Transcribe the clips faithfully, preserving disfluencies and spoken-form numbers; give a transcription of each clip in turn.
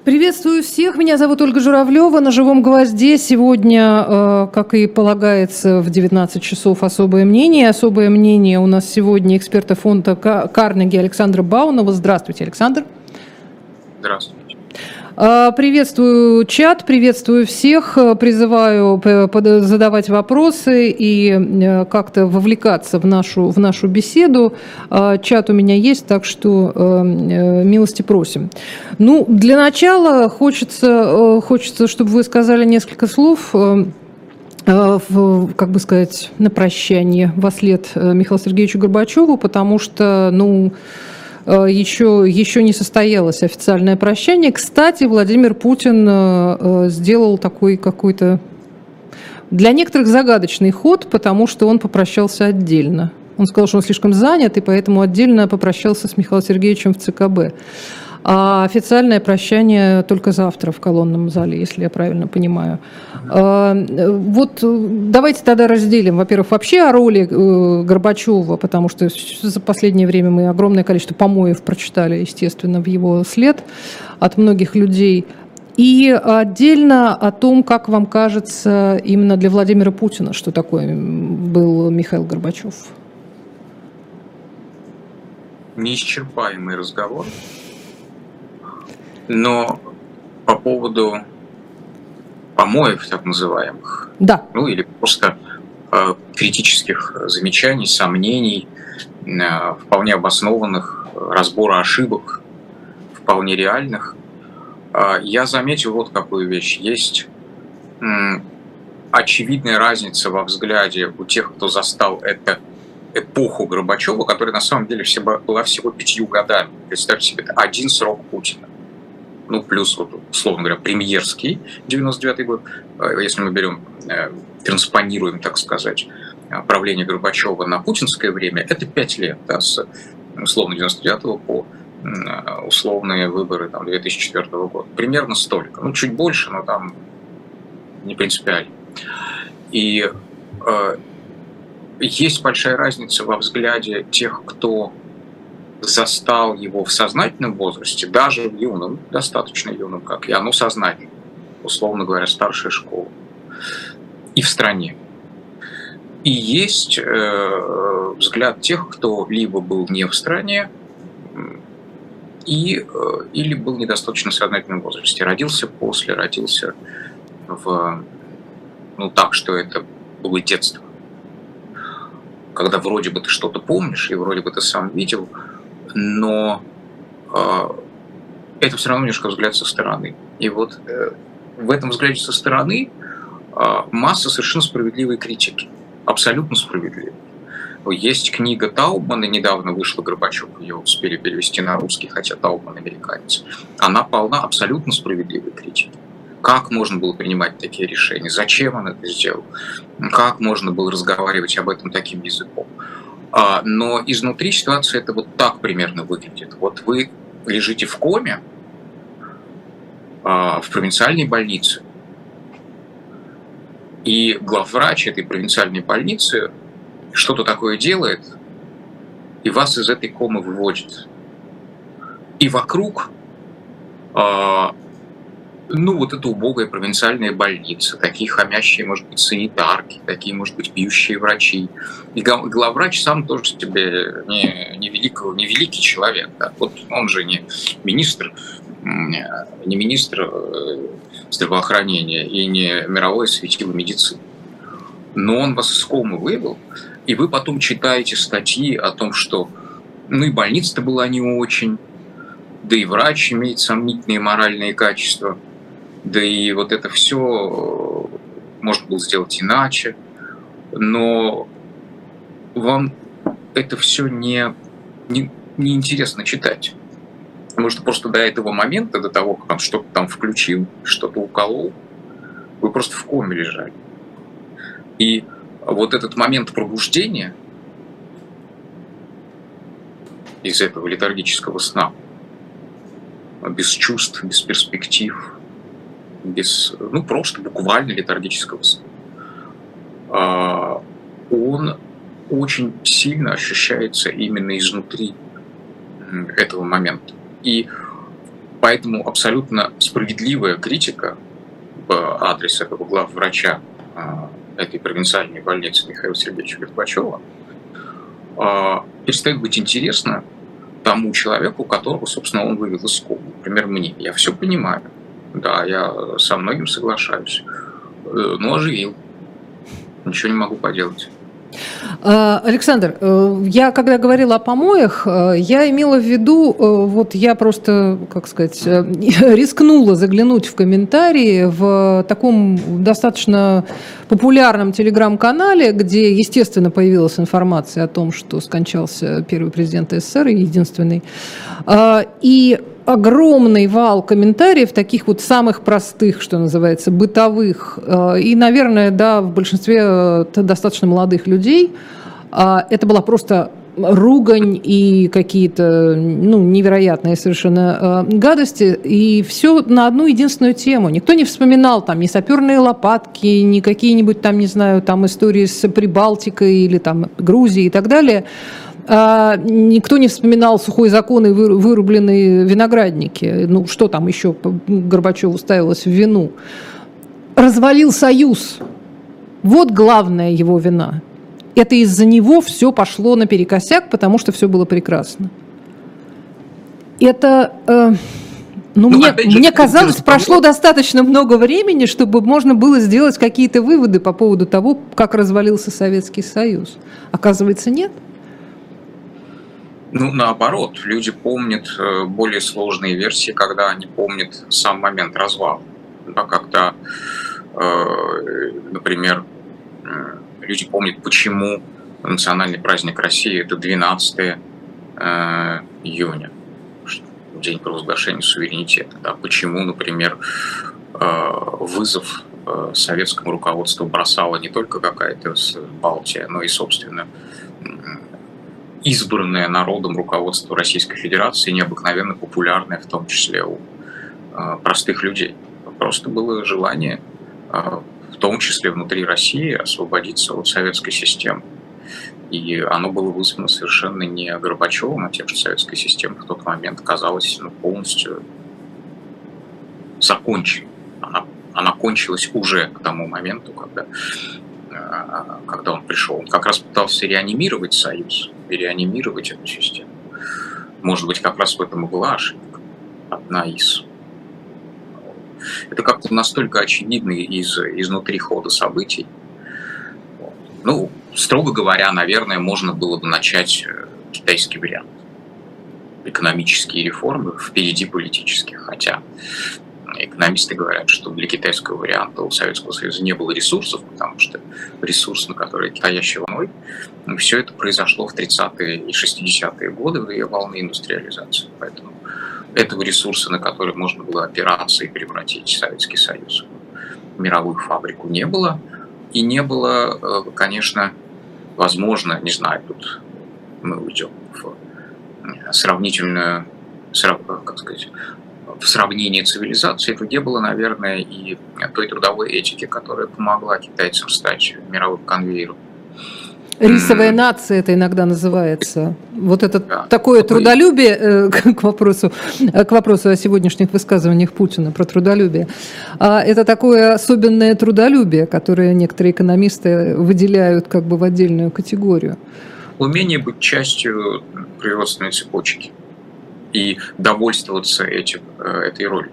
Приветствую всех. Меня зовут Ольга Журавлева. На «Живом гвозде» сегодня, как и полагается, в девятнадцать часов особое мнение. Особое мнение у нас сегодня эксперта фонда Карнеги Александра Баунова. Здравствуйте, Александр. Здравствуйте. Приветствую чат, приветствую всех, призываю задавать вопросы и как-то вовлекаться в нашу, в нашу беседу. Чат у меня есть, так что милости просим. Ну, для начала хочется, хочется, чтобы вы сказали несколько слов, как бы сказать, на прощание вослед Михаилу Сергеевичу Горбачеву, потому что, ну, Еще, еще не состоялось официальное прощание. Кстати, Владимир Путин сделал такой какой-то для некоторых загадочный ход, потому что он попрощался отдельно. Он сказал, что он слишком занят, и поэтому отдельно попрощался с Михаилом Сергеевичем в ЦКБ. А официальное прощание только завтра в колонном зале, если я правильно понимаю. Вот давайте тогда разделим, во-первых, вообще о роли Горбачева, потому что за последнее время мы огромное количество помоев прочитали, естественно, в его след от многих людей. И отдельно о том, как вам кажется, именно для Владимира Путина, что такое был Михаил Горбачев. Неисчерпаемый разговор. Но по поводу помоев, так называемых, да. ну или просто э, критических замечаний, сомнений, э, вполне обоснованных, разбора ошибок, вполне реальных, э, я заметил вот какую вещь. Есть э, очевидная разница во взгляде у тех, кто застал это эпоху Горбачева, которая на самом деле была всего пятью годами. Представьте себе, это один срок Путина. Ну, плюс, вот, условно говоря, премьерский девяносто девятый год, если мы берем, транспонируем, так сказать, правление Горбачева на путинское время, это пять лет, да, с условно девяносто девятого по условные выборы там, две тысячи четвёртого года. Примерно столько. Ну, чуть больше, но там не принципиально. И э, есть большая разница во взгляде тех, кто застал его в сознательном возрасте, даже в юном, достаточно юном, как я, но сознательном, условно говоря, старшая школа, и в стране. И есть э, взгляд тех, кто либо был не в стране, и, э, или был в недостаточно сознательном возрасте, родился после, родился в, ну так, что это было детство. Когда вроде бы ты что-то помнишь, и вроде бы ты сам видел, но э, это все равно немножко взгляд со стороны. И вот э, в этом взгляде со стороны э, масса совершенно справедливой критики. Абсолютно справедливой. Есть книга Таубмана, недавно вышла Горбачев, ее успели перевести на русский, хотя Таубман американец. Она полна абсолютно справедливой критики. Как можно было принимать такие решения? Зачем он это сделал? Как можно было разговаривать об этом таким языком? Но изнутри ситуация это вот так примерно выглядит. Вот вы лежите в коме в провинциальной больнице, и главврач этой провинциальной больницы что-то такое делает, и вас из этой комы выводит. И вокруг ну, вот эта убогая провинциальная больница, такие хамящие, может быть, санитарки, такие, может быть, пьющие врачи. И главврач сам тоже тебе не, не, великого, не великий человек. Да? Вот он же не министр, не министр здравоохранения и не мировое светило медицины. Но он вас из комы вывел, и вы потом читаете статьи о том, что ну и больница-то была не очень, да и врач имеет сомнительные моральные качества. Да и вот это все можно было сделать иначе, но вам это все не, не, не интересно читать. Потому что просто до этого момента, до того, как он что-то там включил, что-то уколол, вы просто в коме лежали. И вот этот момент пробуждения из этого летаргического сна, без чувств, без перспектив, без, ну, просто буквально летаргического сна, он очень сильно ощущается именно изнутри этого момента. И Поэтому абсолютно справедливая критика в адрес этого главврача этой провинциальной больницы Михаила Сергеевича Горбачева перестает быть интересно тому человеку, которого, собственно, он вывел из комы. Например, мне. Я все понимаю. Да, я со многим соглашаюсь. Но оживил. Ничего не могу поделать. Александр, я когда говорила о помоях, я имела в виду, вот я просто, как сказать, рискнула заглянуть в комментарии в таком достаточно популярном телеграм-канале, где, естественно, появилась информация о том, что скончался первый президент СССР, единственный, и огромный вал комментариев, таких вот самых простых, что называется, бытовых, и, наверное, да, в большинстве достаточно молодых людей. Это была просто ругань и какие-то, ну, невероятные совершенно гадости, и все на одну единственную тему. Никто не вспоминал там ни саперные лопатки, ни какие-нибудь там, не знаю, там истории с Прибалтикой или там Грузией и так далее. Никто не вспоминал сухой закон и вырубленные виноградники. Ну, что там еще Горбачеву ставилось в вину? Развалил Союз. Вот главная его вина. Это из-за него все пошло наперекосяк, потому что все было прекрасно. Это... Э, ну, ну, мне, же, мне казалось, прошло достаточно много времени, чтобы можно было сделать какие-то выводы по поводу того, как развалился Советский Союз. Оказывается, нет. Ну, наоборот, люди помнят более сложные версии, когда они помнят сам момент развала. Да, когда, э, например, люди помнят, почему национальный праздник России – это двенадцатое июня, день провозглашения суверенитета. Да, почему, например, э, вызов э, советскому руководству бросала не только какая-то Балтия, но и, собственно, избранное народом руководство Российской Федерации, необыкновенно популярное, в том числе у э, простых людей. Просто было желание, э, в том числе внутри России, освободиться от советской системы. И оно было вызвано совершенно не Горбачевым, а тем, что советская система в тот момент казалась, ну, полностью законченной. Она, она кончилась уже к тому моменту, когда, когда он пришел. Он как раз пытался реанимировать Союз, реанимировать эту систему. Может быть, как раз в этом и была ошибка. Одна из. Это как-то настолько очевидно из, изнутри хода событий. Ну, строго говоря, наверное, можно было бы начать китайский вариант. Экономические реформы впереди политических. Хотя экономисты говорят, что для китайского варианта у Советского Союза не было ресурсов, потому что ресурс, на который стоящей волной, все это произошло в тридцатые и шестидесятые годы, в ее волны индустриализации. Поэтому этого ресурса, на который можно было опираться и превратить Советский Союз в мировую фабрику, не было. И не было, конечно, возможно, не знаю, тут мы уйдем в сравнительную, как сказать, в сравнении цивилизаций, это не было, наверное, и той трудовой этики, которая помогла китайцам стать мировым конвейером. Рисовая нация это иногда называется. Вот это да, такое трудолюбие, э, к, вопросу, к вопросу о сегодняшних высказываниях Путина про трудолюбие. А это такое особенное трудолюбие, которое некоторые экономисты выделяют как бы в отдельную категорию. Умение быть частью производственной цепочки и довольствоваться этим, этой ролью.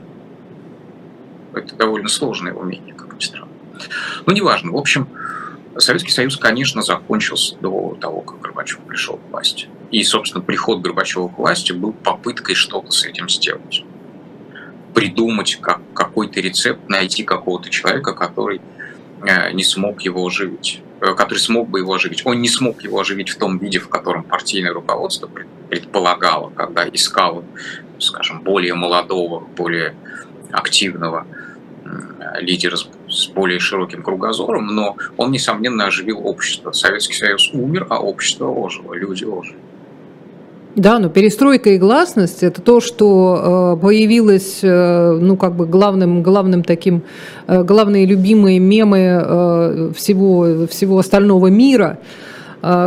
Это довольно сложное умение, как ни странно. Но неважно. В общем, Советский Союз, конечно, закончился до того, как Горбачев пришел к власти. И, собственно, приход Горбачева к власти был попыткой что-то с этим сделать. Придумать как, какой-то рецепт, найти какого-то человека, который э, не смог его оживить. Э, который смог бы его оживить. Он не смог его оживить в том виде, в котором партийное руководство предполагало, когда искало, скажем, более молодого, более активного лидер с более широким кругозором, но он, несомненно, оживил общество. Советский Союз умер, а общество ожило, люди ожили. Да, но перестройка и гласность – это то, что появилось, ну, как бы главным, главным таким, главные любимые мемы всего, всего остального мира,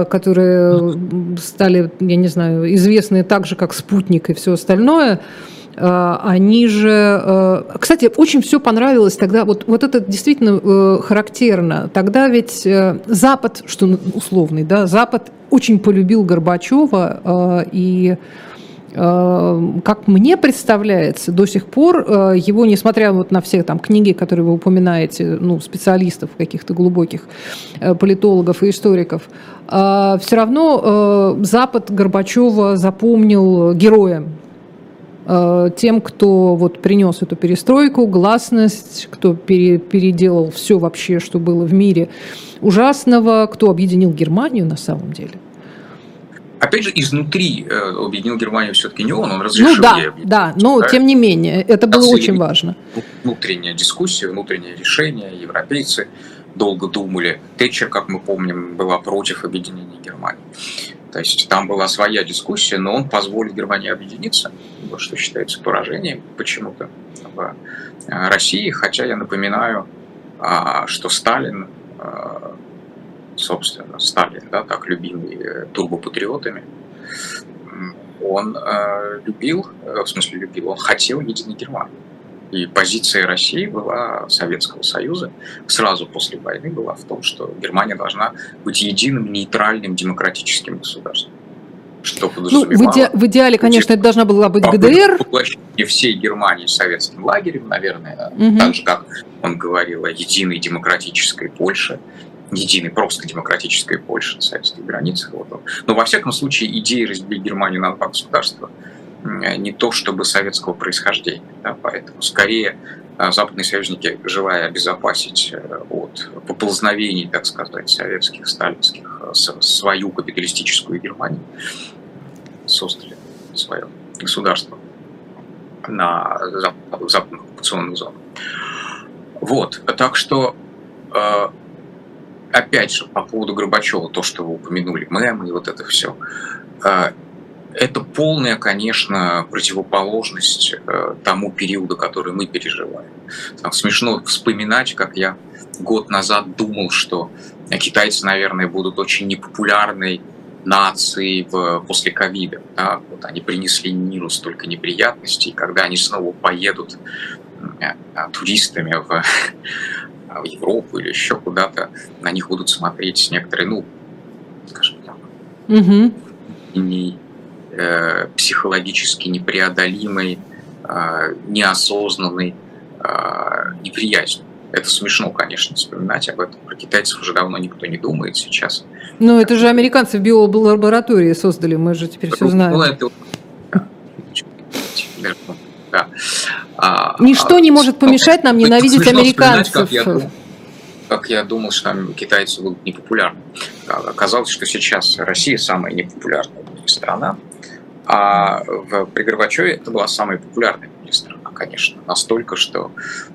которые стали, я не знаю, известны так же, как «Спутник» и все остальное. Они же... Кстати, очень все понравилось тогда. Вот, вот это действительно характерно. Тогда ведь Запад, что условный, да, Запад очень полюбил Горбачева, и, как мне представляется, до сих пор его, несмотря вот на все там книги, которые вы упоминаете, ну, специалистов, каких-то глубоких политологов и историков, все равно Запад Горбачева запомнил героем. Тем, кто вот принес эту перестройку, гласность, кто пере, переделал все вообще, что было в мире ужасного, кто объединил Германию на самом деле. Опять же, изнутри э, объединил Германию все-таки не он, он разрешил ну, да, ей объединить. Да, но да? тем не менее, это было Там очень важно. Внутренняя дискуссия, внутреннее решение, европейцы долго думали. Тэтчер, как мы помним, была против объединения Германии. То есть там была своя дискуссия, но он позволил Германии объединиться, что считается поражением почему-то в России. Хотя я напоминаю, что Сталин, собственно, Сталин, да, так любимый турбопатриотами, он любил, в смысле любил, он хотел единой Германии. И позиция России была, Советского Союза, сразу после войны была в том, что Германия должна быть единым, нейтральным, демократическим государством. Что подразумевало... Ну, в, иде... в идеале, конечно, это должна была быть ГДР. Поглощение всей Германии советским лагерем, наверное, угу. Так же, как он говорил о единой демократической Польше, единой просто демократической Польше на советских границах. Вот. Но, во всяком случае, идея разделить Германию на два государства не то чтобы советского происхождения, да, поэтому скорее западные союзники, желая обезопасить от поползновений, так сказать, советских, сталинских, свою капиталистическую Германию, создали свое государство на западных оккупационных зонах. Вот, так что, опять же, по поводу Горбачева, то, что вы упомянули, мемы и вот это все, это полная, конечно, противоположность э, тому периоду, который мы переживаем. Там смешно вспоминать, как я год назад думал, что китайцы, наверное, будут очень непопулярной нацией в, после ковида. Да? Вот они принесли миру столько неприятностей, когда они снова поедут э, туристами в, в Европу или еще куда-то, на них будут смотреть некоторые, ну, скажем так, угу. не психологически непреодолимой, неосознанной неприязнью. Это смешно, конечно, вспоминать об этом. Про китайцев уже давно никто не думает сейчас. Ну, это же американцы в биолаборатории создали, мы же теперь все знаем. Ну, это... да. Ничто не может помешать нам ненавидеть американцев. Как я думал, что там китайцы будут непопулярны. Оказалось, что сейчас Россия самая непопулярная страна, а в, при Горбачеве это была самая популярная страна, конечно. Настолько, что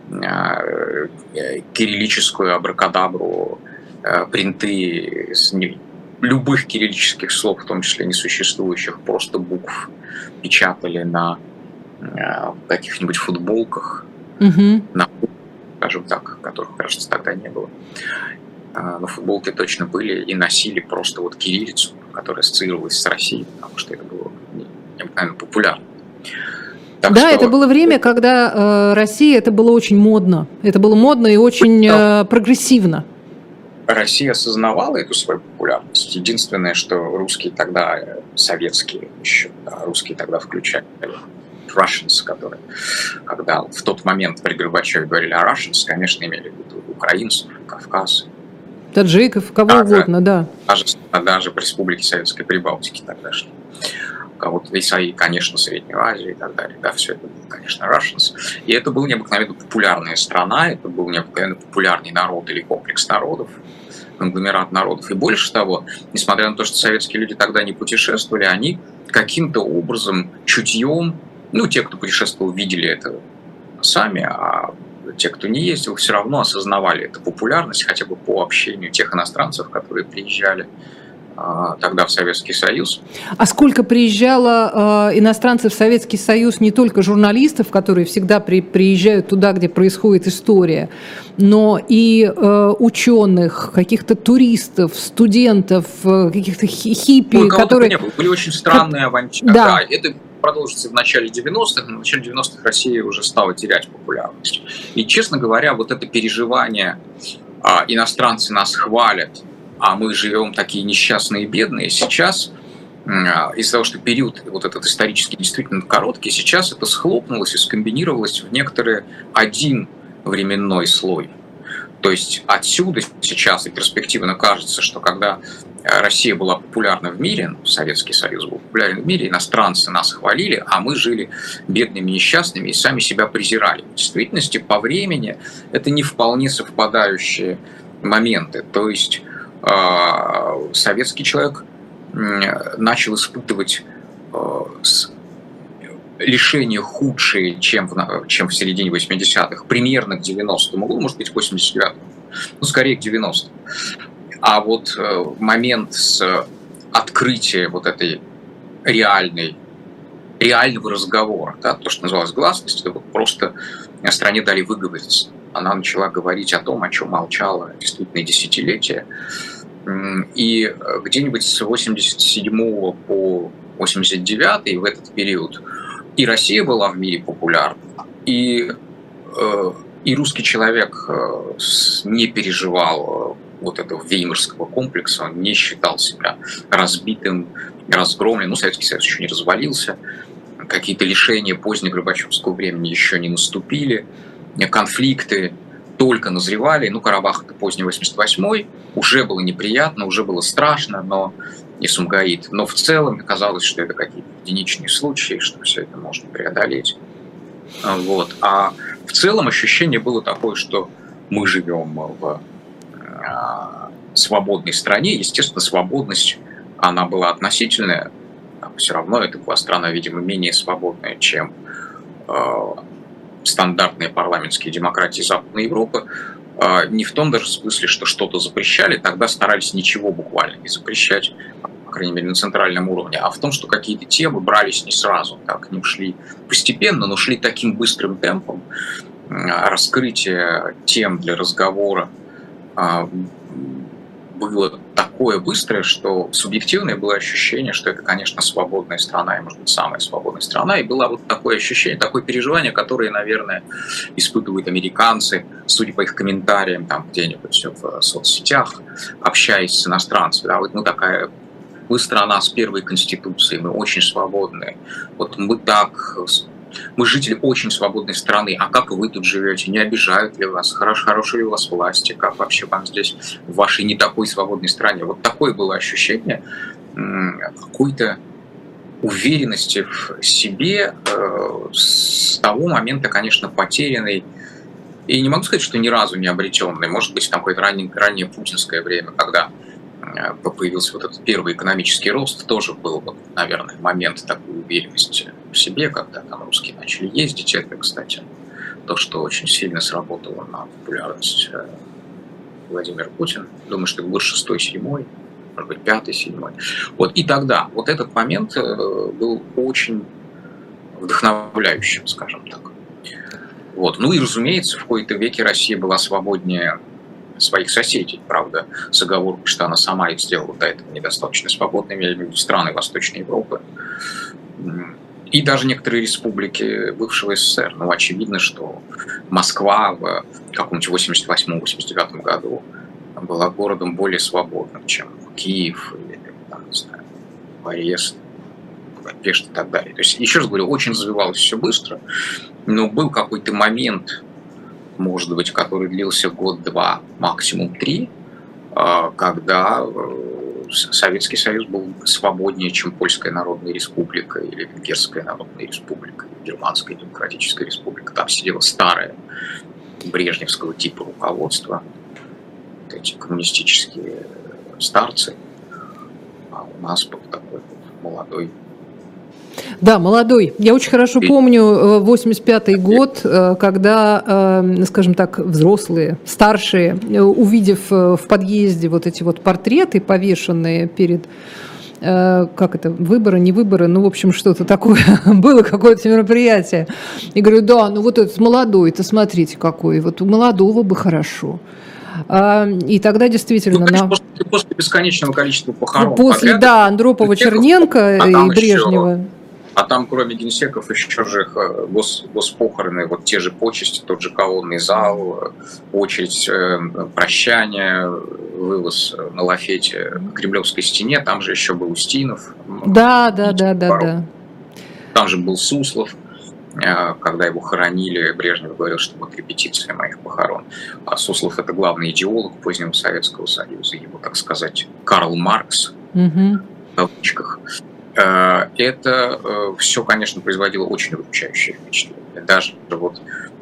э, кириллическую абракадабру, э, принты с не, любых кириллических слов, в том числе несуществующих, просто букв, печатали на э, каких-нибудь футболках, угу. на, скажем так, которых, кажется, тогда не было. Но футболки точно были и носили просто вот кириллицу, которая ассоциировалась с Россией, потому что это было необыкновенно популярно. Так да, что... это было время, когда э, Россия, это было очень модно. Это было модно и очень э, прогрессивно. Россия осознавала эту свою популярность. Единственное, что русские тогда, советские еще, да, русские тогда включали Russians, которые, когда в тот момент при Горбачеве говорили о Russians, конечно, имели в виду украинцев, Кавказ, таджиков, кого да, угодно, да. Даже, даже в Республике Советской Прибалтики тогдашней. Вот, и, конечно, Среднюю Азию и так далее. Да, все это было, конечно, Russians. И это была необыкновенно популярная страна, это был необыкновенно популярный народ или комплекс народов, конгломерат народов. И больше того, несмотря на то, что советские люди тогда не путешествовали, они каким-то образом, чутьем, ну, те, кто путешествовал, видели это сами, а те, кто не ездил, все равно осознавали эту популярность хотя бы по общению тех иностранцев, которые приезжали а, тогда в Советский Союз. А сколько приезжало э, иностранцев в Советский Союз, не только журналистов, которые всегда при, приезжают туда, где происходит история, но и э, ученых, каких-то туристов, студентов, каких-то хиппи, Ой, которые... Не было. Были очень странные авантюры. Да. Да, это продолжится в начале девяностых, но в начале девяностых Россия уже стала терять популярность. И, честно говоря, вот это переживание, иностранцы нас хвалят, а мы живем такие несчастные и бедные, сейчас из-за того, что период вот этот исторически действительно короткий, сейчас это схлопнулось и скомбинировалось в некоторый один временной слой. То есть отсюда сейчас и перспективно кажется, что когда Россия была популярна в мире, Советский Союз был популярен в мире, иностранцы нас хвалили, а мы жили бедными, несчастными и сами себя презирали. В действительности по времени это не вполне совпадающие моменты. То есть э, советский человек начал испытывать э, лишения худшие, чем в, чем в середине восьмидесятых, примерно к девяностому году, может быть, к восемьдесят девятому, ну, скорее к девяностому. А вот э, момент с открытия вот этой реальной, реального разговора, да, то, что называлось гласность, это вот просто стране дали выговориться. Она начала говорить о том, о чем молчала действительно десятилетия. И где-нибудь с восемьдесят седьмого по восемьдесят девятый в этот период и Россия была в мире популярна, и, и русский человек не переживал вот этого веймарского комплекса, он не считал себя разбитым, разгромленным. Ну, Советский Союз еще не развалился, какие-то лишения позднегорбачевского времени еще не наступили, конфликты только назревали. Ну, Карабах — это поздний восемьдесят восьмой, уже было неприятно, уже было страшно, но и Сумгаит. Но в целом казалось, что это какие-то единичные случаи, что все это можно преодолеть. Вот. А в целом ощущение было такое, что мы живем в свободной стране. Естественно, свободность, она была относительная. Все равно это была страна, видимо, менее свободная, чем стандартные парламентские демократии Западной Европы, не в том даже смысле, что что-то запрещали, тогда старались ничего буквально не запрещать, по крайней мере, на центральном уровне, а в том, что какие-то темы брались не сразу, так, не шли постепенно, но шли таким быстрым темпом. Раскрытие тем для разговора было такое быстрое, что субъективное было ощущение, что это, конечно, свободная страна, и, может быть, самая свободная страна. И было вот такое ощущение, такое переживание, которое, наверное, испытывают американцы, судя по их комментариям, там где-нибудь в соцсетях, общаясь с иностранцами. Да, вот мы такая, мы страна с первой конституцией, мы очень свободные. Вот мы так... Мы жители очень свободной страны, а как вы тут живете? Не обижают ли вас? Хорош, хорошие ли у вас власти? Как вообще вам здесь, в вашей не такой свободной стране? Вот такое было ощущение какой-то уверенности в себе с того момента, конечно, потерянной. И не могу сказать, что ни разу не обретенной. Может быть, там какое-то раннее, раннее путинское время, когда появился вот этот первый экономический рост, тоже был, вот, наверное, момент такой уверенности в себе, когда там русские начали ездить. Это, кстати, то, что очень сильно сработало на популярность Владимира Путина. Думаю, что это был шестой, седьмой, может быть, пятый, седьмой. Вот, и тогда вот этот момент был очень вдохновляющим, скажем так. Вот. Ну и, разумеется, в какой-то веке Россия была свободнее своих соседей, правда, с оговоркой, что она сама их сделала до этого недостаточно свободными, я имею в виду страны Восточной Европы. И даже некоторые республики бывшего СССР. Ну, очевидно, что Москва в каком-нибудь восемьдесят восьмом — восемьдесят девятом году была городом более свободным, чем Киев или, там, не знаю, Брест, Будапешт и так далее. То есть, еще раз говорю, очень развивалось все быстро, но был какой-то момент, может быть, который длился год-два, максимум три, когда Советский Союз был свободнее, чем Польская Народная Республика или Венгерская Народная Республика, или Германская Демократическая Республика. Там сидело старое брежневского типа руководство, вот эти коммунистические старцы, а у нас был такой вот молодой. Да, молодой. Я очень хорошо помню восемьдесят пятый год, когда, скажем так, взрослые, старшие, увидев в подъезде вот эти вот портреты, повешенные перед, как это, выборы, не выборы, ну, в общем, что-то такое, было какое-то мероприятие. И говорю, да, ну вот этот молодой-то, смотрите какой, вот у молодого бы хорошо. И тогда действительно... Ну, конечно, на... после, после бесконечного количества похорон. После, подряд, да, Андропова, Черненко а и Брежнева. Еще, А там, кроме генсеков, еще же гос, госпохороны, вот те же почести, тот же колонный зал, очередь прощания, вывоз на лафете к Кремлевской стене, там же еще был Устинов. Да, да, да, да, да. Там же был Суслов, когда его хоронили, Брежнев говорил, что вот репетиция моих похорон. А Суслов — это главный идеолог позднего Советского Союза, его, так сказать, Карл Маркс, угу. в кавычках. Это все, конечно, производило очень удручающее впечатление. Даже вот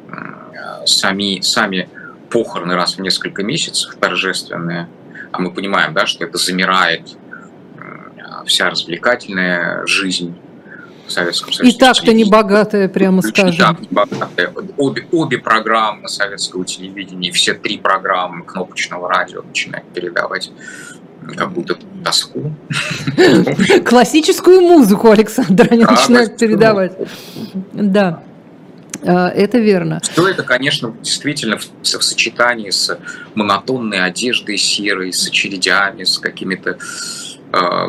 сами, сами похороны раз в несколько месяцев торжественные, а мы понимаем, да, что это замирает вся развлекательная жизнь в Советском Союзе. И так-то не богатая, прямо скажем. И так не богатая. Обе, обе программы советского телевидения, все три программы кнопочного радио начинают передавать какую-то тоску. Классическую музыку, Александр, они начинают передавать. Да, это верно. Все это, конечно, действительно в, в сочетании с монотонной одеждой серой, с очередями, с какими-то э,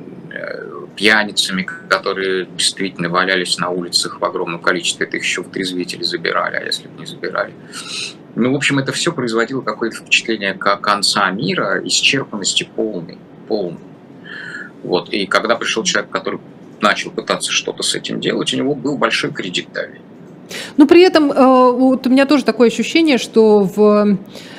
пьяницами, которые действительно валялись на улицах в огромном количестве. Это их еще втрезвители забирали, а если бы не забирали. Ну, в общем, это все производило какое-то впечатление конца мира, исчерпанности полной. полной. Вот. И когда пришел человек, который начал пытаться что-то с этим делать, у него был большой кредит доверия. Но при этом вот у меня тоже такое ощущение, что в,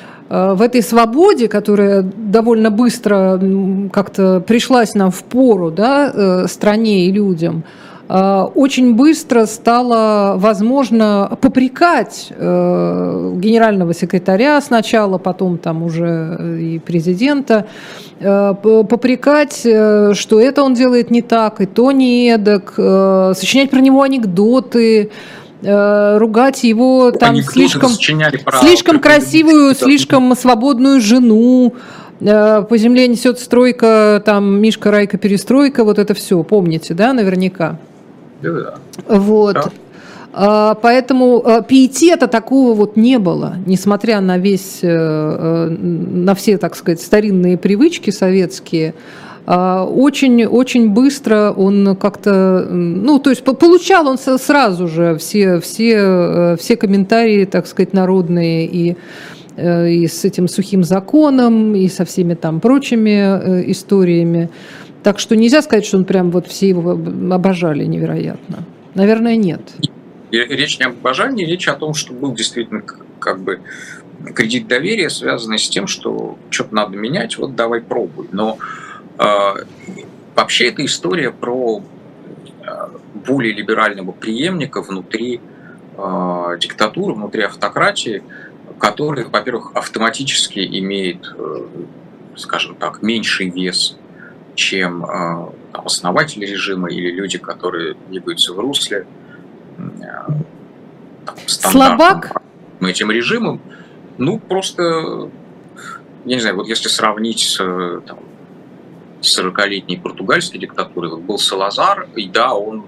в этой свободе, которая довольно быстро как-то пришлась нам в пору, да, стране и людям, очень быстро стало возможно попрекать э, генерального секретаря сначала, потом там уже и президента, э, попрекать, э, что это он делает не так, и то не эдак, э, сочинять про него анекдоты, э, ругать его там анекдоты слишком, слишком красивую, слишком свободную жену. По земле несет стройка, там Мишка, Райка, перестройка, вот это все, помните, да, наверняка? Да. Вот. Да. А, поэтому а, пиетета такого вот не было, несмотря на весь, а, на все, так сказать, старинные привычки советские. А, очень, очень быстро он как-то, ну, то есть получал он сразу же все, все, все комментарии, так сказать, народные и и с этим сухим законом, и со всеми там прочими историями. Так что нельзя сказать, что он прям вот все его обожали невероятно. Наверное, нет. Речь не об обожании, речь о том, что был действительно как бы кредит доверия, связанный с тем, что что-то надо менять, вот давай пробуй. Но э, вообще это история про э, более либерального преемника внутри э, диктатуры, внутри автократии, который, во-первых, автоматически имеет, скажем так, меньший вес, чем там, основатели режима или люди, которые двигаются в русле там, стандартным этим режимом. Ну, просто, я не знаю, вот если сравнить с там, сорокалетней португальской диктатурой, вот был Салазар, и да, он,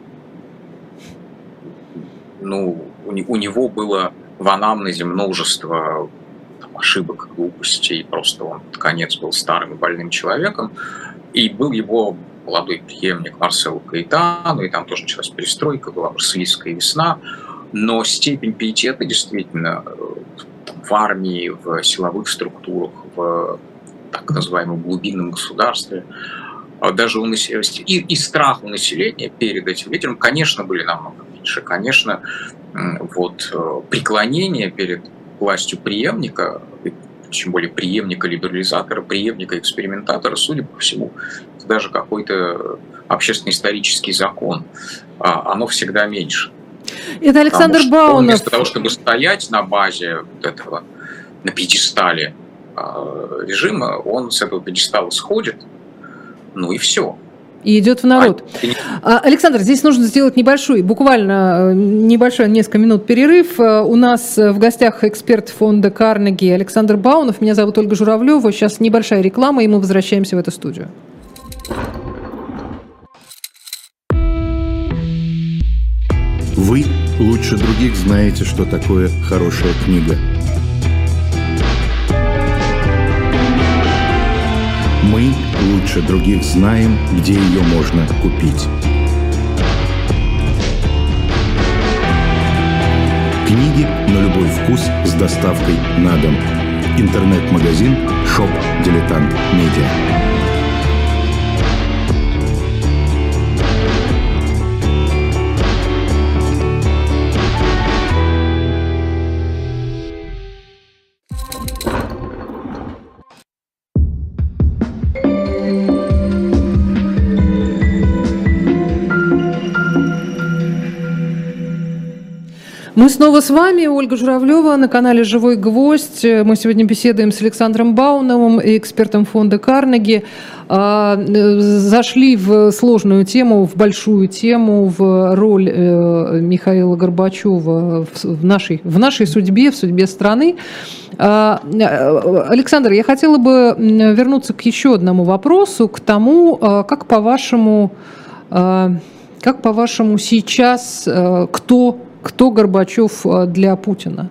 ну, у, у него было в анамнезе множество там, ошибок, глупостей, просто он под конец был старым и больным человеком, и был его молодой преемник Марсело Каэтано, и там тоже началась перестройка, была Марселийская весна, но степень пиетета действительно там, в армии, в силовых структурах, в так называемом глубинном государстве, даже у населения, и, и страх у населения перед этим ветером, конечно, были намного меньше, конечно, вот преклонение перед властью преемника, тем более преемника либерализатора, преемника экспериментатора, судя по всему, это даже какой-то общественно-исторический закон, оно всегда меньше. Это Александр Баунов. Вместо того, чтобы стоять на базе вот этого, на пьедестале режима, он с этого пьедестала сходит, ну и все. И идет в народ. А, Александр, здесь нужно сделать небольшой, буквально небольшой, несколько минут перерыв. У нас в гостях эксперт фонда Карнеги Александр Баунов. Меня зовут Ольга Журавлева. Сейчас небольшая реклама, и мы возвращаемся в эту студию. Вы лучше других знаете, что такое хорошая книга. Мы лучше других знаем, где ее можно купить. Книги на любой вкус с доставкой на дом. Интернет-магазин «Шоп Дилетант Медиа». Мы снова с вами, Ольга Журавлева, на канале «Живой гвоздь». Мы сегодня беседуем с Александром Бауновым, экспертом фонда Карнеги. Зашли в сложную тему, в большую тему, в роль Михаила Горбачева в нашей, в нашей судьбе, в судьбе страны. Александр, я хотела бы вернуться к еще одному вопросу, к тому, как по-вашему, как по-вашему сейчас, кто Кто Горбачев для Путина?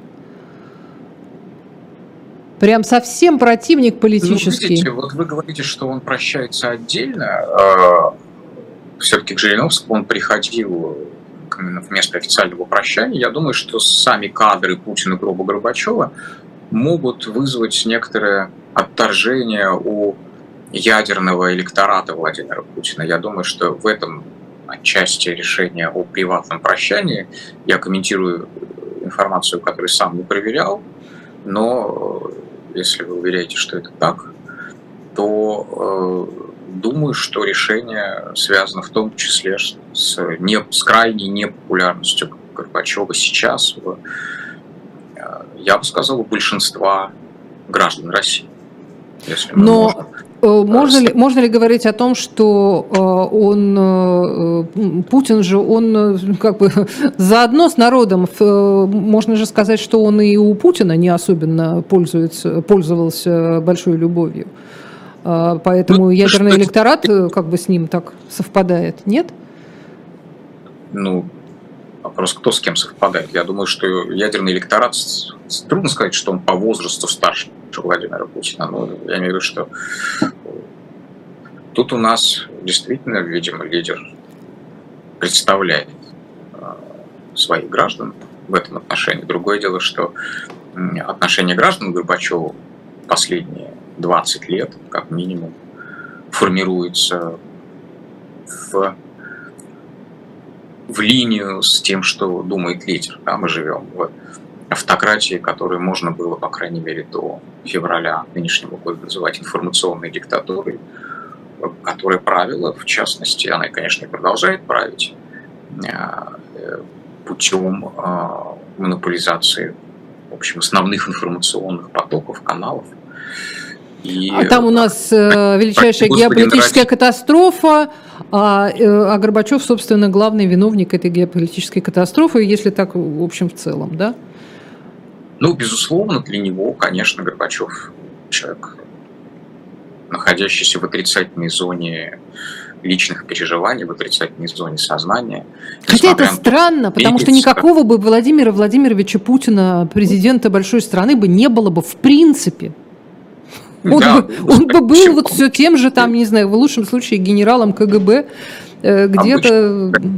Прям совсем противник политический. Ну, видите, вот вы говорите, что он прощается отдельно. Все-таки к Жириновскому он приходил именно вместо официального прощания. Я думаю, что сами кадры Путина, гроба Горбачева могут вызвать некоторое отторжение у ядерного электората Владимира Путина. Я думаю, что в этом отчасти решения о приватном прощании. Я комментирую информацию, которую сам не проверял, но если вы уверяете, что это так, то э, думаю, что решение связано в том числе с, не, с крайней непопулярностью Горбачева сейчас, в, э, я бы сказал, у большинства граждан России. Если мы но... можем. Можно ли, можно ли говорить о том, что он, Путин же, он как бы заодно с народом, можно же сказать, что он и у Путина не особенно пользуется, пользовался большой любовью. Поэтому ну, ядерный что... электорат как бы с ним так совпадает, нет? Ну, вопрос, кто с кем совпадает. Я думаю, что ядерный электорат, трудно сказать, что он по возрасту старше Владимира Путина. Но я имею в виду, что тут у нас действительно, видимо, лидер представляет своих граждан в этом отношении. Другое дело, что отношение граждан к Горбачеву последние двадцать лет, как минимум, формируется в, в линию с тем, что думает лидер. Да, мы живем в автократии, которую можно было, по крайней мере, до февраля нынешнего года называть информационной диктатурой, которая правила, в частности, она, конечно, и продолжает править путем монополизации, в общем, основных информационных потоков, каналов. И а там у нас э, величайшая геополитическая катастрофа, а, э, а Горбачев, собственно, главный виновник этой геополитической катастрофы, если так, в общем, в целом, да? Ну, безусловно, для него, конечно, Горбачев человек, находящийся в отрицательной зоне личных переживаний, в отрицательной зоне сознания. Хотя это странно, потому что никакого бы Владимира Владимировича Путина, президента большой страны, бы не было бы в принципе. Он, да, бы, он бы был вот все тем же, там, не знаю, в лучшем случае генералом КГБ, э, где-то обычно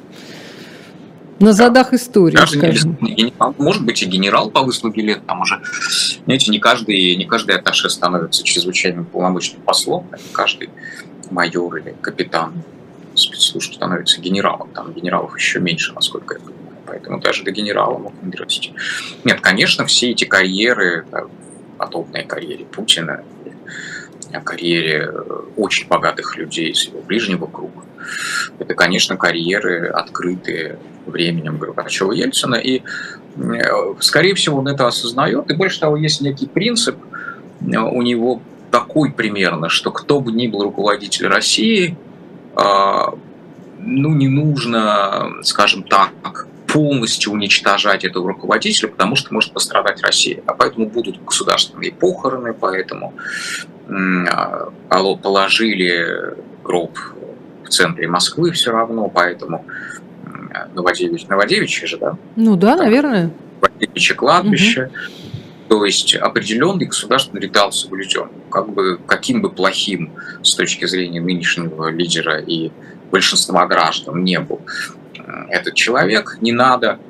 на задах да. истории, даже скажем. Не генерал, может быть, и генерал по выслуге лет, там уже, знаете, не каждый, не каждый атташе становится чрезвычайным полномочным послом, а не каждый майор или капитан спецслужб становится генералом, там генералов еще меньше, насколько я понимаю, поэтому даже до генерала могут дорасти. Нет, конечно, все эти карьеры, подобной карьере Путина, о карьере очень богатых людей из его ближнего круга. Это, конечно, карьеры, открытые временем Горбачева и Ельцина, и, скорее всего, он это осознает. И больше того, есть некий принцип у него такой примерно, что кто бы ни был руководитель России, ну, не нужно, скажем так, полностью уничтожать этого руководителя, потому что может пострадать Россия. А поэтому будут государственные похороны, поэтому положили гроб в центре Москвы все равно, поэтому Новодевичье, Новодевичье же, да? Ну да, так, наверное. Новодевичье кладбище. Угу. То есть определенный государственный ритуал соблюден. Как бы, каким бы плохим с точки зрения нынешнего лидера и большинства граждан не был этот человек, не надо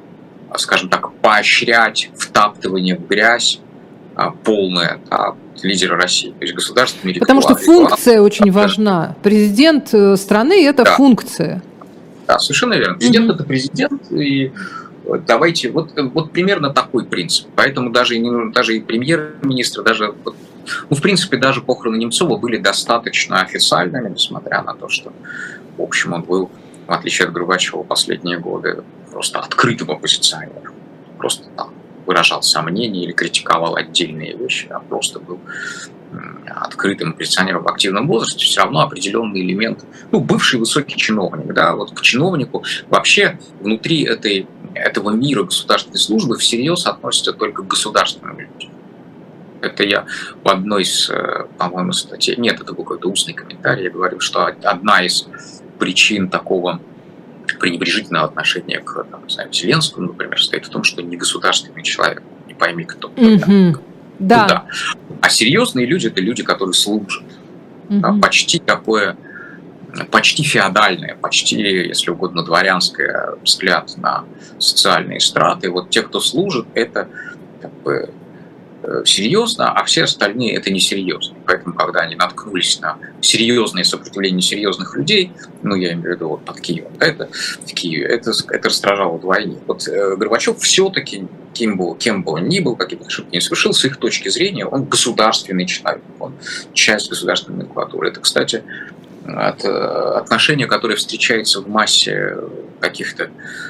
скажем так, поощрять втаптывание в грязь полное да, лидера России. То есть государственный ритуал. Потому что функция ритуал, очень важна. Президент страны – это да. функция. Да, совершенно верно. Президент mm-hmm. – это президент, и давайте, вот, вот примерно такой принцип. Поэтому даже, даже и премьер-министр, даже, ну, в принципе, даже похороны Немцова были достаточно официальными, несмотря на то, что, в общем, он был, в отличие от Горбачева, последние годы просто открытым оппозиционером. Просто там выражал сомнения или критиковал отдельные вещи, а просто был открытым оппозиционером в активном возрасте, все равно определенный элемент, ну, бывший высокий чиновник, да, вот к чиновнику вообще внутри этой, этого мира государственной службы всерьез относятся только к государственным людям. Это я в одной из, по-моему, статей, нет, это был какой-то устный комментарий, я говорил, что одна из причин такого пренебрежительного отношения к, там, не знаю, Зеленскому, например, стоит в том, что не государственный человек, не пойми кто. Mm-hmm. Да. Да. А серьезные люди – это люди, которые служат. Mm-hmm. Да, почти такое, почти феодальное, почти, если угодно, дворянское взгляд на социальные страты. Вот те, кто служит, это как бы серьезно, а все остальные это несерьезно. Поэтому, когда они наткнулись на серьезное сопротивление серьезных людей, ну, я имею в виду вот под Киевом, да, это в Киеве, это, это раздражало вдвойне. Вот э, Горбачев все-таки, кем бы, кем бы он ни был, какие бы ошибки не совершил, с их точки зрения, он государственный человек, он часть государственной номенклатуры. Это, кстати, от, отношение, которое встречается в массе каких-то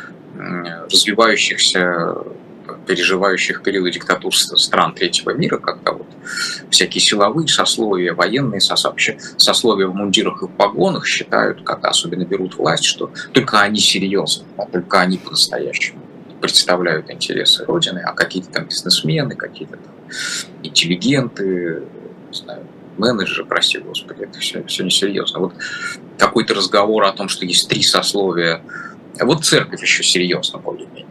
развивающихся, переживающих периоды диктатур стран третьего мира, когда вот всякие силовые сословия, военные сословия в мундирах и в погонах считают, когда особенно берут власть, что только они серьезны, а только они по-настоящему представляют интересы Родины, а какие-то там бизнесмены, какие-то там интеллигенты, не знаю, менеджеры, прости господи, это все, все несерьезно. Вот какой-то разговор о том, что есть три сословия, вот церковь еще серьезно более-менее.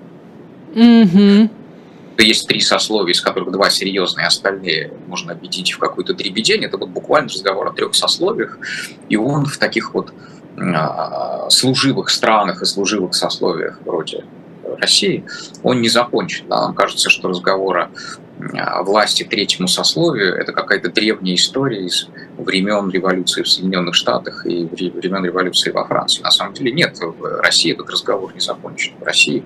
Mm-hmm. Есть три сословия, из которых два серьезные, остальные можно объединить в какую-то дребедень. Это вот буквально разговор о трех сословиях. И он в таких вот а, служивых странах и служивых сословиях вроде России, он не закончен. Да? Нам кажется, что разговор о власти третьему сословию – это какая-то древняя история из времен революции в Соединенных Штатах и времен революции во Франции. На самом деле нет, в России этот разговор не закончен. В России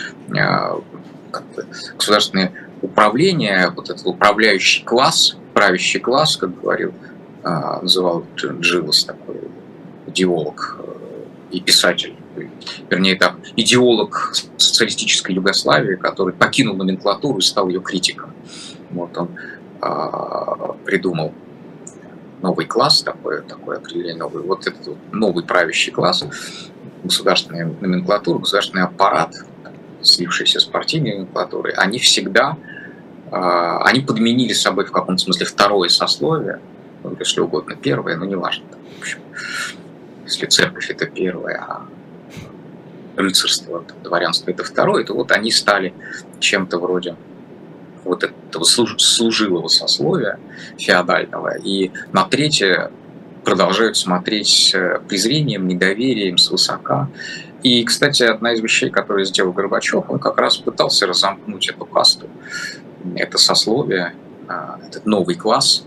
как бы, государственное управление, вот этот управляющий класс, правящий класс, как говорил, называл Джилас, такой идеолог и писатель, вернее так, идеолог социалистической Югославии, который покинул номенклатуру и стал ее критиком. Вот он а, придумал новый класс, такое, такое определение новый. Вот этот вот новый правящий класс, государственная номенклатура, государственный аппарат, слившийся с партийной номенклатурой, они всегда, а, они подменили собой в каком-то смысле второе сословие, ну, если угодно первое, но неважно. В общем, если церковь это первое, а рыцарство, дворянство это второе, то вот они стали чем-то вроде вот этого служилого сословия феодального, и на третье продолжают смотреть с презрением, недоверием, свысока. И, кстати, одна из вещей, которую сделал Горбачев, он как раз пытался разомкнуть эту касту, это сословие, этот новый класс,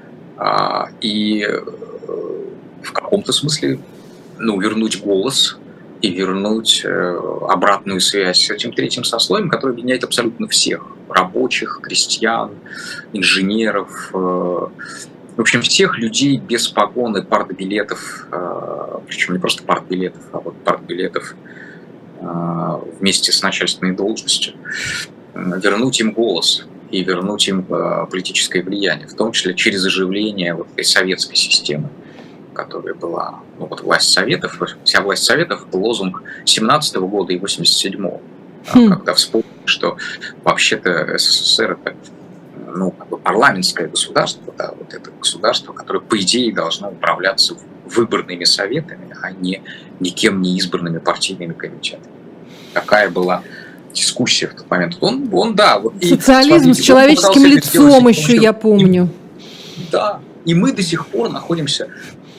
и в каком-то смысле, ну, вернуть голос и вернуть обратную связь с этим третьим сословием, которое объединяет абсолютно всех – рабочих, крестьян, инженеров, в общем, всех людей без погон и партбилетов, причем не просто партбилетов, а вот партбилетов вместе с начальственной должностью, вернуть им голос и вернуть им политическое влияние, в том числе через оживление вот этой советской системы, которая была, ну вот власть Советов, вся власть Советов, это лозунг семнадцатого года и восемьдесят седьмого, хм. когда вспомнили, что вообще-то СССР это, ну, как бы парламентское государство, да, вот это государство, которое, по идее, должно управляться выборными советами, а не никем не избранными партийными комитетами. Такая была дискуссия в тот момент. Он, он да. Вот, социализм и, с человеческим лицом еще, я помню. И, да. И мы до сих пор находимся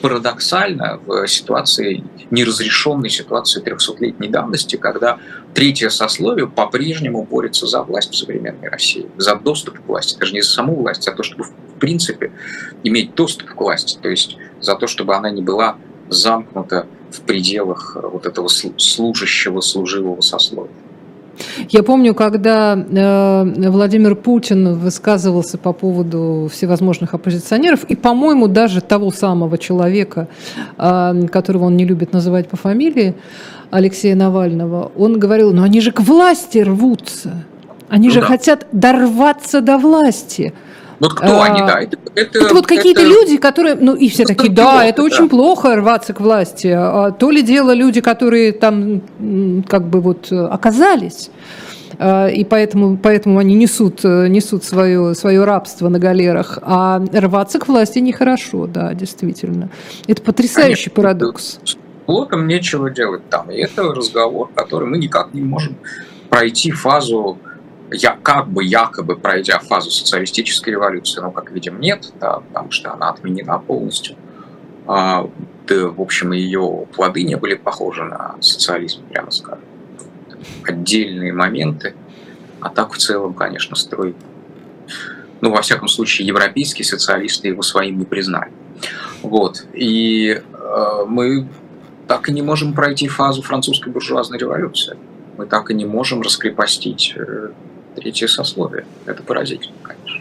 парадоксально в ситуации, неразрешенной ситуации трехсотлетней давности, когда третье сословие по-прежнему борется за власть в современной России, за доступ к власти, даже не за саму власть, а то, чтобы в принципе иметь доступ к власти, то есть за то, чтобы она не была замкнута в пределах вот этого служащего, служивого сословия. Я помню, когда э, Владимир Путин высказывался по поводу всевозможных оппозиционеров, и, по-моему, даже того самого человека, э, которого он не любит называть по фамилии, Алексея Навального, он говорил, ну они же к власти рвутся, они ну, же да. хотят дорваться до власти. Вот кто а, они, да? Это, это, это вот какие-то это... люди, которые, ну и все такие, да, это да. очень плохо рваться к власти. А то ли дело люди, которые там как бы вот оказались, и поэтому, поэтому они несут, несут свое, свое рабство на галерах. А рваться к власти нехорошо, да, действительно. Это потрясающий Конечно, парадокс. С блоком нечего делать там. И это разговор, который мы никак не можем пройти фазу, я как бы якобы пройдя фазу социалистической революции, но, как видим, нет, да, потому что она отменена полностью. А, да, в общем, ее плоды не были похожи на социализм, прямо скажем. Отдельные моменты, а так в целом, конечно, строй. Ну, во всяком случае, европейские социалисты его своим не признали. Вот. И э, мы так и не можем пройти фазу французской буржуазной революции. Мы так и не можем раскрепостить э, третье сословие. Это поразительно, конечно.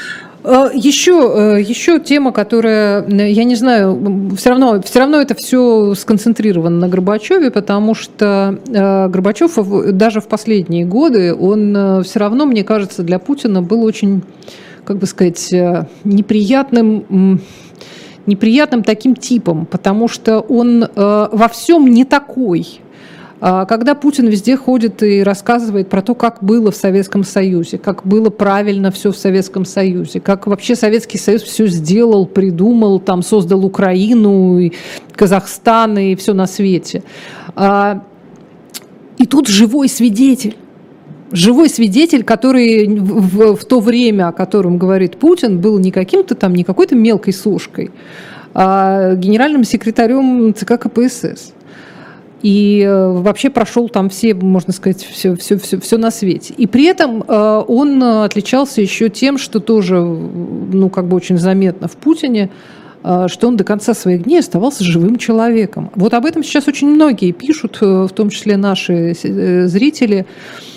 Еще, еще тема, которая, я не знаю, все равно, все равно это все сконцентрировано на Горбачеве, потому что Горбачев даже в последние годы, он все равно, мне кажется, для Путина был очень, как бы сказать, неприятным, неприятным таким типом, потому что он во всем не такой. Когда Путин везде ходит и рассказывает про то, как было в Советском Союзе, как было правильно все в Советском Союзе, как вообще Советский Союз все сделал, придумал, там, создал Украину, и Казахстан и все на свете. И тут живой свидетель. Живой свидетель, который в, в то время, о котором говорит Путин, был не каким-то там, не какой-то мелкой сошкой, а генеральным секретарем ЦК КПСС. И вообще прошел там все, можно сказать, все, все, все, все на свете. И при этом он отличался еще тем, что тоже, ну, как бы очень заметно в Путине, что он до конца своих дней оставался живым человеком. Вот об этом сейчас очень многие пишут, в том числе наши зрители,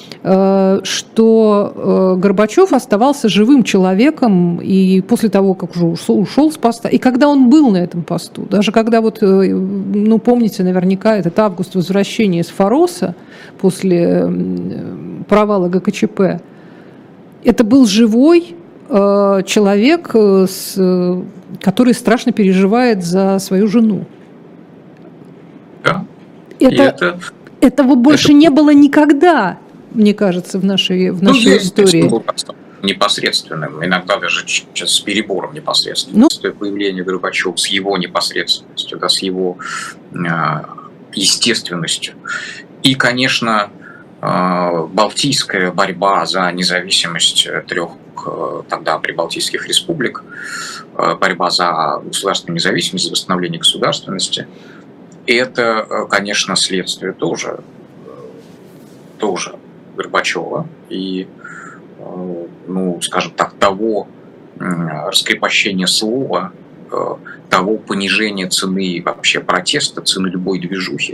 что Горбачев оставался живым человеком и после того, как уже ушел, ушел с поста, и когда он был на этом посту, даже когда вот, ну, помните наверняка этот август возвращения из Фороса после провала ГКЧП, это был живой человек, который страшно переживает за свою жену. Да. Это, это, этого больше это... не было никогда. Мне кажется, в нашей, в нашей ну, истории. Был непосредственным, иногда даже сейчас с перебором непосредственным. Ну, появление Горбачева с его непосредственностью, да, с его э, естественностью. И, конечно, э, балтийская борьба за независимость трех э, тогда прибалтийских республик, э, борьба за государственную независимость, за восстановление государственности, это, э, конечно, следствие тоже, э, тоже Горбачева и, ну, скажем так, того раскрепощения слова, того понижения цены вообще протеста, цены любой движухи,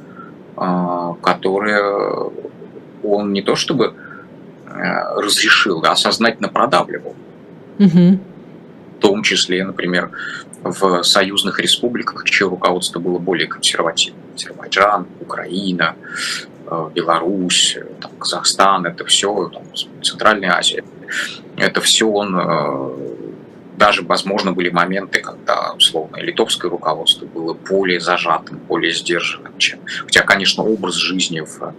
которое он не то чтобы разрешил, а сознательно продавливал. Угу. В том числе, например, в союзных республиках, чье руководство было более консервативным. Азербайджан, Украина, Беларусь, там, Казахстан, это все, там, Центральная Азия, это все он, даже, возможно, были моменты, когда, условно, литовское руководство было более зажатым, более сдержанным, чем... Хотя, конечно, образ жизни в,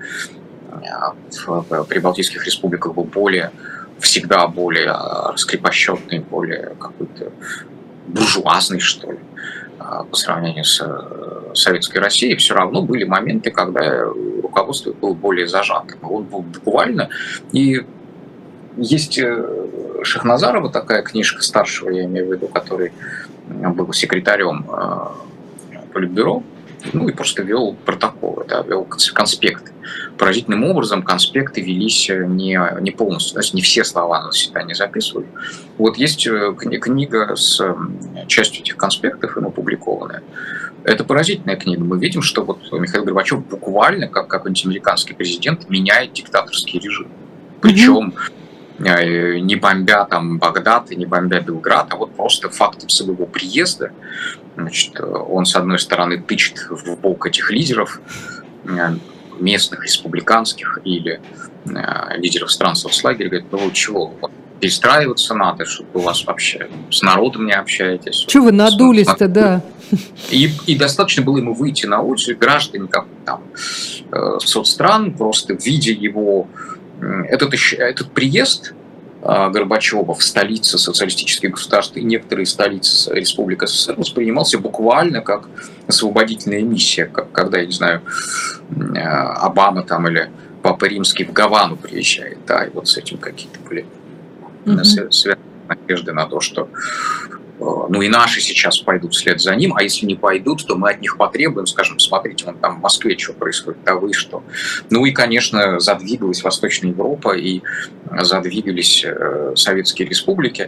в прибалтийских республиках был более, всегда более раскрепощенный, более какой-то буржуазный, что ли, по сравнению с Советской Россией. Все равно были моменты, когда руководство было более зажатым. Он был буквально... И есть Шахназарова такая книжка старшего, я имею в виду, который был секретарем Политбюро, ну и просто вел протоколы, да, вел конспекты. Поразительным образом конспекты велись не, не полностью, то есть не все слова на заседании записывали. Вот есть книга с частью этих конспектов, им опубликованная. Это поразительная книга. Мы видим, что вот Михаил Горбачев буквально, как какой-нибудь американский президент, меняет диктаторский режим. Причем mm-hmm. не бомбя там Багдад и не бомбя Белград, а вот просто фактом своего приезда. Значит, он, с одной стороны, тычет в бок этих лидеров, местных, республиканских или э, лидеров стран соцлагеря, говорит, ну чего, перестраиваться надо, чтобы у вас вообще с народом не общаетесь. Чего вы надулись-то, да. И, и достаточно было ему выйти на улицу, граждане как там э, соцстран, просто видя его, э, этот, этот приезд э, Горбачева в столице социалистических государств и некоторые столицы Республики СССР воспринимался буквально как освободительная миссия, как, когда, я не знаю, Обама там или Папа Римский в Гавану приезжает, да, и вот с этим какие-то были mm-hmm. связаны надежды на то, что ну и наши сейчас пойдут вслед за ним, а если не пойдут, то мы от них потребуем, скажем, смотрите, вон там в Москве что происходит, а вы что? Ну и, конечно, задвигалась Восточная Европа и задвигались советские республики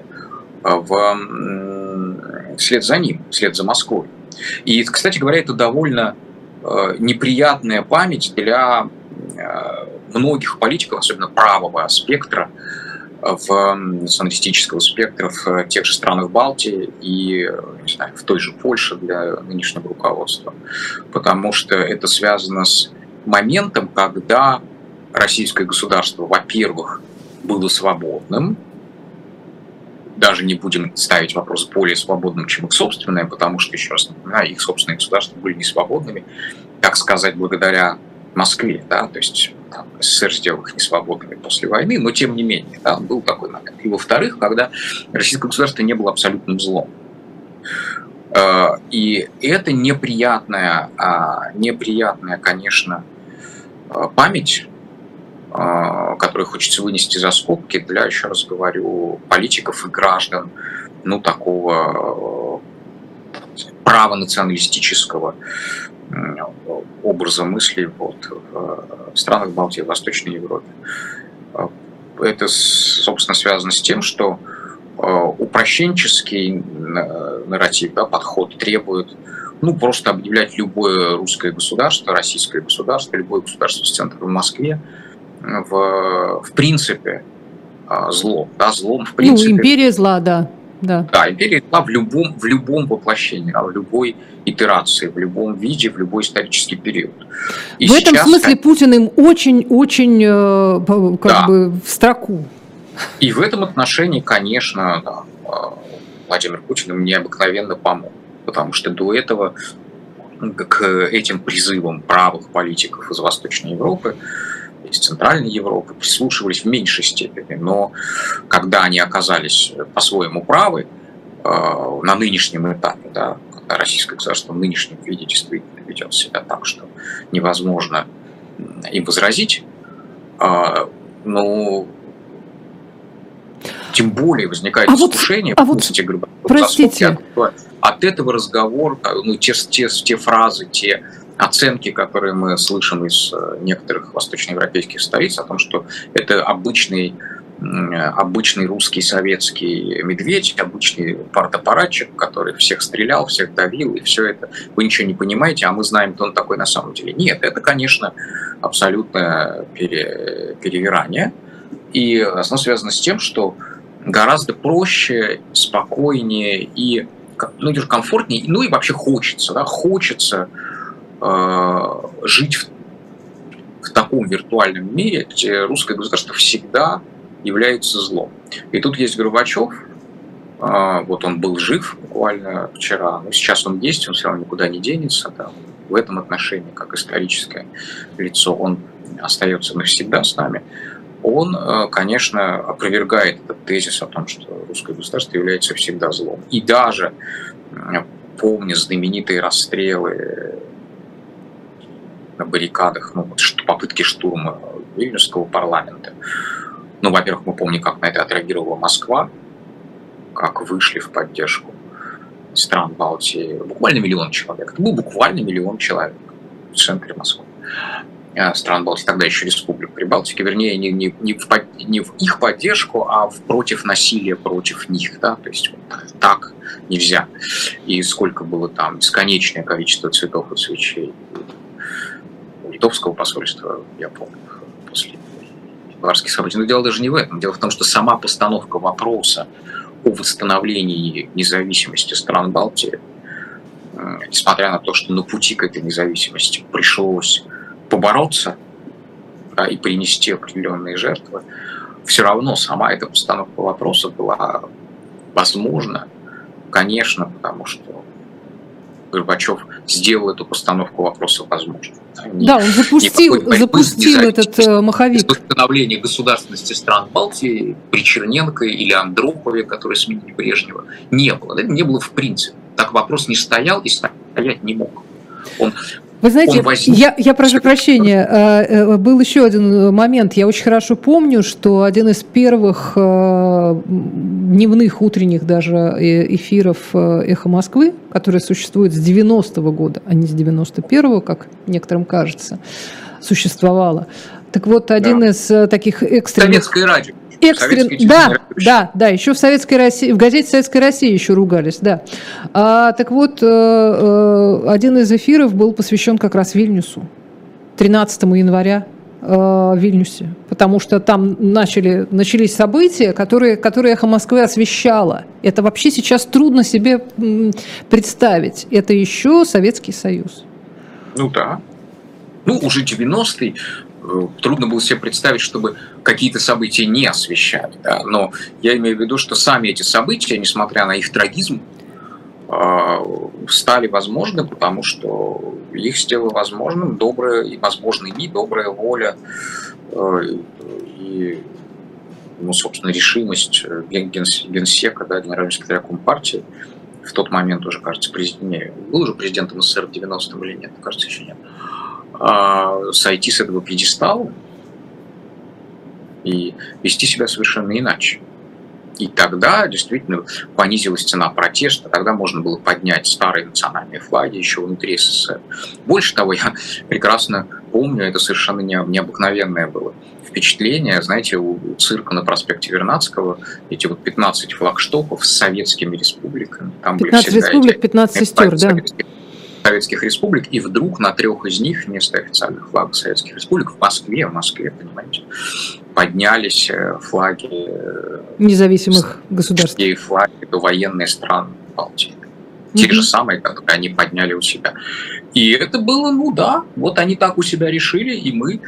в... вслед за ним, вслед за Москвой. И, кстати говоря, это довольно э, неприятная память для э, многих политиков, особенно правого спектра, в националистического спектра в тех же странах Балтии и, не знаю, в той же Польше для нынешнего руководства. Потому что это связано с моментом, когда российское государство, во-первых, было свободным, даже не будем ставить вопрос более свободным, чем их собственное, потому что, еще раз напоминаю, их собственные государства были не свободными, так сказать, благодаря Москве, да, то есть там, СССР сделал их несвободными после войны, но тем не менее, да, был такой момент. И во-вторых, когда российское государство не было абсолютным злом. И это неприятная, неприятная, конечно, память, которые хочется вынести за скобки для, еще раз говорю, политиков и граждан, ну, такого правонационалистического образа мысли вот, в странах Балтии и Восточной Европе. Это, собственно, связано с тем, что упрощенческий нарратив, да, подход требует ну, просто объявлять любое русское государство, российское государство, любое государство с центром в Москве в, в принципе злом. Да, злом в принципе. Ну, империя зла, да. Да, да империя зла в любом, в любом воплощении, в любой итерации, в любом виде, в любой исторический период. И в этом сейчас, смысле Путин им очень-очень как да. бы в строку. И в этом отношении, конечно, да, Владимир Путин им необыкновенно помог, потому что до этого к этим призывам правых политиков из Восточной Европы, из Центральной Европы прислушивались в меньшей степени, но когда они оказались по-своему правы э, на нынешнем этапе, да, когда российское государство в нынешнем виде действительно ведет себя так, что невозможно им возразить, э, ну, тем более возникает а искушение, вот, а вот, простите, от, от этого разговора, ну, те, те, те фразы, те оценки, которые мы слышим из некоторых восточноевропейских столиц, о том, что это обычный, обычный русский советский медведь, обычный партаппаратчик, который всех стрелял, всех давил, и все это. Вы ничего не понимаете, а мы знаем, кто он такой на самом деле. Нет, это, конечно, абсолютное пере, перевирание. И оно связано с тем, что гораздо проще, спокойнее и ну, комфортнее, ну и вообще хочется, да, хочется жить в, в таком виртуальном мире, где русское государство всегда является злом. И тут есть Горбачев, вот он был жив буквально вчера, но сейчас он есть, он все равно никуда не денется. Да. В этом отношении, как историческое лицо, он остается навсегда с нами. Он, конечно, опровергает этот тезис о том, что русское государство является всегда злом. И даже помня знаменитые расстрелы на баррикадах, ну, попытки штурма Вильнюсского парламента. Ну, во-первых, мы помним, как на это отреагировала Москва, как вышли в поддержку стран Балтии, буквально миллион человек. Это был буквально миллион человек в центре Москвы. Стран Балтии, тогда еще республик Прибалтики, вернее, не, не, не, в, не в их поддержку, а в против насилия против них. Да? То есть вот так нельзя. И сколько было там, бесконечное количество цветов и свечей у литовского посольства, я помню, после январских событий. Но дело даже не в этом. Дело в том, что сама постановка вопроса о восстановлении независимости стран Балтии, несмотря на то, что на пути к этой независимости пришлось побороться, да, и принести определенные жертвы, все равно сама эта постановка вопроса была возможна, конечно, потому что Горбачев сделал эту постановку вопроса возможной. Да, он запустил, запустил этот э, маховик. Восстановление государственности стран Балтии при Черненко или Андропове, которые сменили Брежнева, не было. Это не было в принципе. Так вопрос не стоял и стоять не мог. Он Вы знаете, я, я прошу прощения, был еще один момент. Я очень хорошо помню, что один из первых дневных, утренних даже эфиров «Эхо Москвы», который существует с девяностого года, а не с девяносто первого, как некоторым кажется, существовало. Так вот, один да. из таких экстренных... Советское радио. Экстрен... Да, да, да, еще в Советской России, в газете «Советская Россия» еще ругались, да. А, так вот, один из эфиров был посвящен как раз Вильнюсу, тринадцатого января в Вильнюсе, потому что там начали, начались события, которые, которые «Эхо Москвы» освещало. Это вообще сейчас трудно себе представить. Это еще Советский Союз. Ну да. Ну, уже девяностые. Трудно было себе представить, чтобы какие-то события не освещали. Да? Но я имею в виду, что сами эти события, несмотря на их трагизм, стали возможны, потому что их сделала возможным добрая и возможными добрая воля и, ну, собственно, решимость генсека, да, генерального секретаря Компартии, в тот момент уже, кажется, президент, был уже президентом СССР в девяностом или нет, кажется, еще нет, сойти с этого пьедестала и вести себя совершенно иначе. И тогда действительно понизилась цена протеста, тогда можно было поднять старые национальные флаги еще внутри СССР. Больше того, я прекрасно помню, это совершенно необыкновенное было впечатление. Знаете, у цирка на проспекте Вернадского эти вот пятнадцать флагштоков с советскими республиками. Там пятнадцать были республик, пятнадцать сестер, да. Советских республик, и вдруг на трех из них вместо официальных флагов советских республик в Москве, в Москве, понимаете, поднялись флаги независимых государств и флаги военные стран Балтии. Те mm-hmm. же самые, которые они подняли у себя. И это было, ну да, вот они так у себя решили, и мы,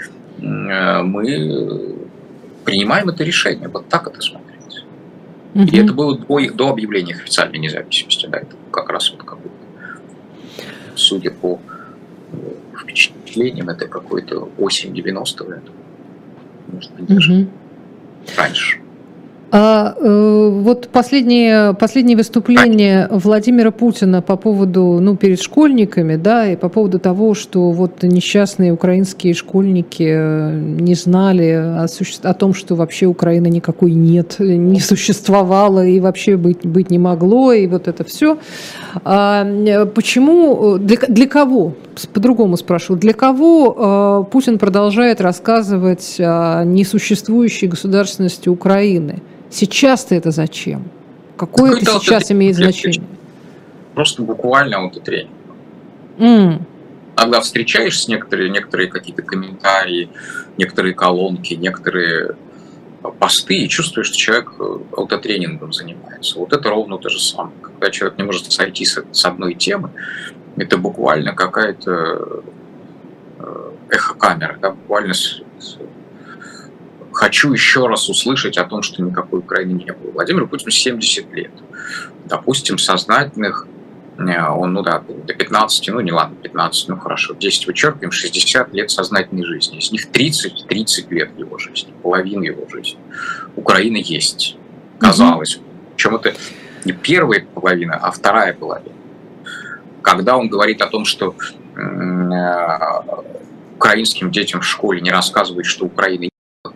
мы принимаем это решение. Вот так это смотреть. Mm-hmm. И это было до, до объявления их официальной независимости. Да, это как раз вот какой-то, судя по впечатлениям, это какой-то осень девяностого, может быть, даже угу. раньше. А, э, вот последнее, последнее выступление Владимира Путина по поводу, ну, перед школьниками, да, и по поводу того, что вот несчастные украинские школьники не знали о, суще... о том, что вообще Украины никакой нет, не существовало и вообще быть, быть не могло, и вот это все. А, почему, для, для кого, по-другому спрашиваю, для кого э, Путин продолжает рассказывать о несуществующей государственности Украины? Сейчас-то это зачем? Какое это сейчас имеет значение? Просто буквально вот это тренинг. Mm. Когда встречаешься, некоторые, некоторые какие-то комментарии, некоторые колонки, некоторые посты, и чувствуешь, что человек аутотренингом занимается. Вот это ровно то же самое. Когда человек не может сойти с, с одной темы, это буквально какая-то эхокамера, да, буквально с, с, хочу еще раз услышать о том, что никакой Украины не было. Владимиру Путину семьдесят лет. Допустим, сознательных, он, ну да, до пятнадцати, ну не ладно, пятнадцать, ну хорошо, десять вычеркиваем, шестьдесят лет сознательной жизни. Из них тридцать, тридцать лет его жизни, половина его жизни. Украина есть, казалось. Mm-hmm. Причем это не первая половина, а вторая половина. Когда он говорит о том, что э, украинским детям в школе не рассказывают, что Украины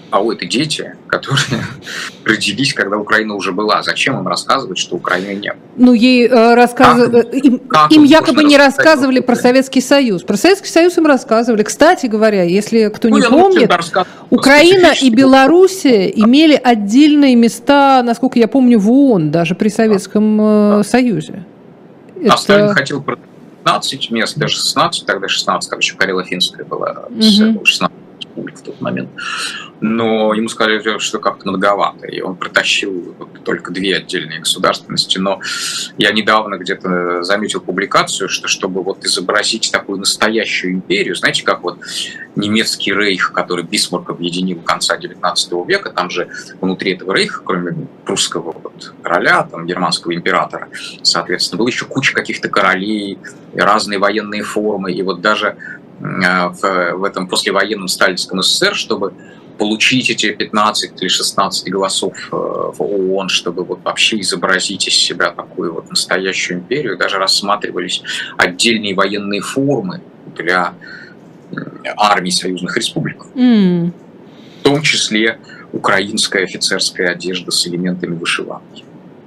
АО — это дети, которые родились, когда Украина уже была. Зачем им рассказывать, что Украины нет? Ну, ей э, рассказ... Как? им, Как им якобы не рассказывали про про Советский Союз. Про Советский Союз им рассказывали. Кстати говоря, если кто ну, не помнит, Украина и Белоруссия имели отдельные места, насколько я помню, в ООН, даже при Советском э, Союзе. А это... Сталин хотел про пятнадцать мест, даже шестнадцать, тогда шестнадцать, там еще Карело-Финская была, угу. шестнадцать республик в тот момент. Но ему сказали, что как-то многовато, и он протащил только две отдельные государственности. Но я недавно где-то заметил публикацию, что чтобы вот изобразить такую настоящую империю, знаете, как вот немецкий рейх, который Бисмарк объединил конца девятнадцатого века, там же внутри этого рейха, кроме прусского вот короля, там, германского императора, соответственно, была еще куча каких-то королей, разные военные формы, и вот даже в, в этом послевоенном сталинском СССР, чтобы получить эти пятнадцать или шестнадцать голосов в ООН, чтобы вот вообще изобразить из себя такую вот настоящую империю, даже рассматривались отдельные военные формы для армий союзных республик. Mm. В том числе украинская офицерская одежда с элементами вышиванки.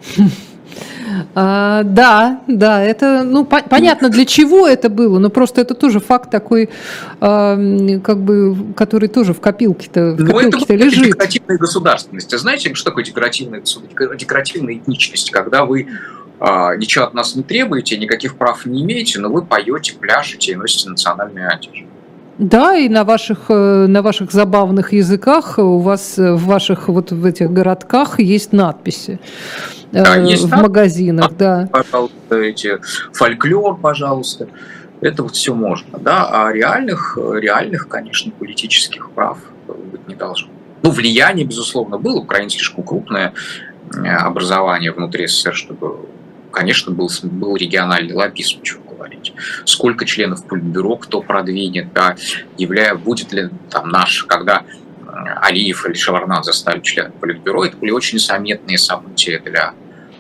А, да, да, это, ну, по- понятно, для чего это было, но просто это тоже факт такой, а, как бы, который тоже в копилке-то, в копилке-то лежит. Это декоративная государственность. А знаете, что такое декоративная, декоративная этничность? Когда вы а, ничего от нас не требуете, никаких прав не имеете, но вы поете, пляшете и носите национальную одежду. Да, и на ваших, на ваших забавных языках у вас в ваших вот в этих городках есть надписи. Да, э, есть в надпись, магазинах, да. Пожалуйста, эти фольклор, пожалуйста. Это вот все можно, да. А реальных, реальных, конечно, политических прав быть не должно. Ну, влияние, безусловно, было. Украина слишком крупное образование внутри СССР, чтобы, конечно, был, был региональный лоббизм, чего говорить. Сколько членов Политбюро, кто продвинет, да, являя, будет ли там наш, когда Алиев или Шеварнадзе стали членами Политбюро, это были очень заметные события для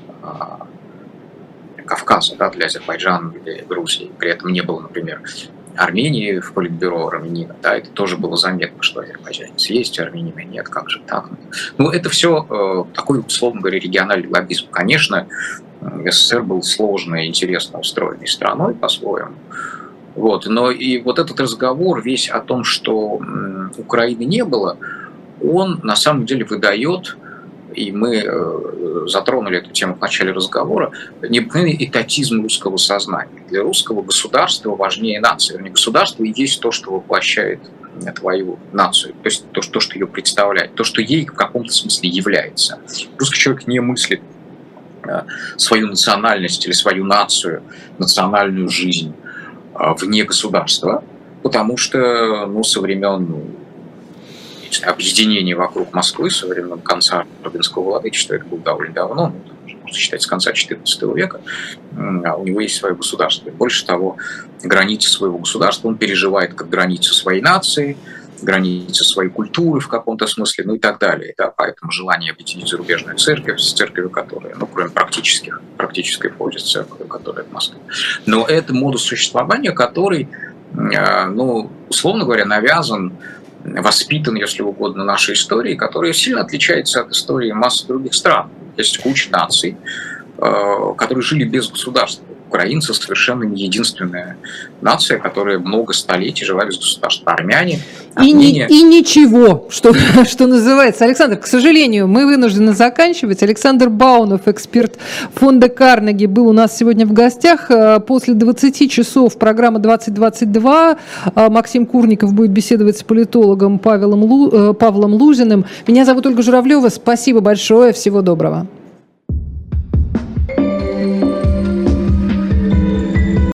э, Кавказа, да, для Азербайджана, для Грузии. При этом не было, например, Армении в Политбюро, армянина, да, это тоже было заметно, что азербайджанец есть, армянина нет, как же так? Ну, это все э, такой, условно говоря, региональный лоббизм. Конечно, СССР был сложной и интересно устроенной страной по-своему. Вот. Но и вот этот разговор весь о том, что Украины не было, он на самом деле выдает, и мы затронули эту тему в начале разговора, необыкновенный этатизм русского сознания. Для русского государства важнее нации. Вернее, государство и есть то, что воплощает твою нацию, то есть то, что ее представляет, то, что ей в каком-то смысле является. Русский человек не мыслит свою национальность или свою нацию, национальную жизнь вне государства, потому что ну, со времен ну, объединения вокруг Москвы, со времен конца Рубинского владычества, это было довольно давно, ну, можно считать, с конца четырнадцатого века, у него есть свое государство. И больше того, границы своего государства он переживает как границы своей нации, границы своей культуры в каком-то смысле, ну и так далее. Да, поэтому желание объединить зарубежную церковь с церковью, которая, ну, кроме практических, практической пользы церкви, которая в Москве. Но это модус существования, который, ну, условно говоря, навязан, воспитан, если угодно, нашей историей, которая сильно отличается от истории массы других стран. Есть куча наций, которые жили без государства. Украинцы совершенно не единственная нация, которая много столетий жила без государства. Армяне, армяне... И, и ничего, что, что называется. Александр, к сожалению, мы вынуждены заканчивать. Александр Баунов, эксперт фонда Карнеги, был у нас сегодня в гостях. После двадцати часов программа двадцать двадцать два. Максим Курников будет беседовать с политологом Павелом Лу... Павлом Лузиным. Меня зовут Ольга Журавлева. Спасибо большое. Всего доброго.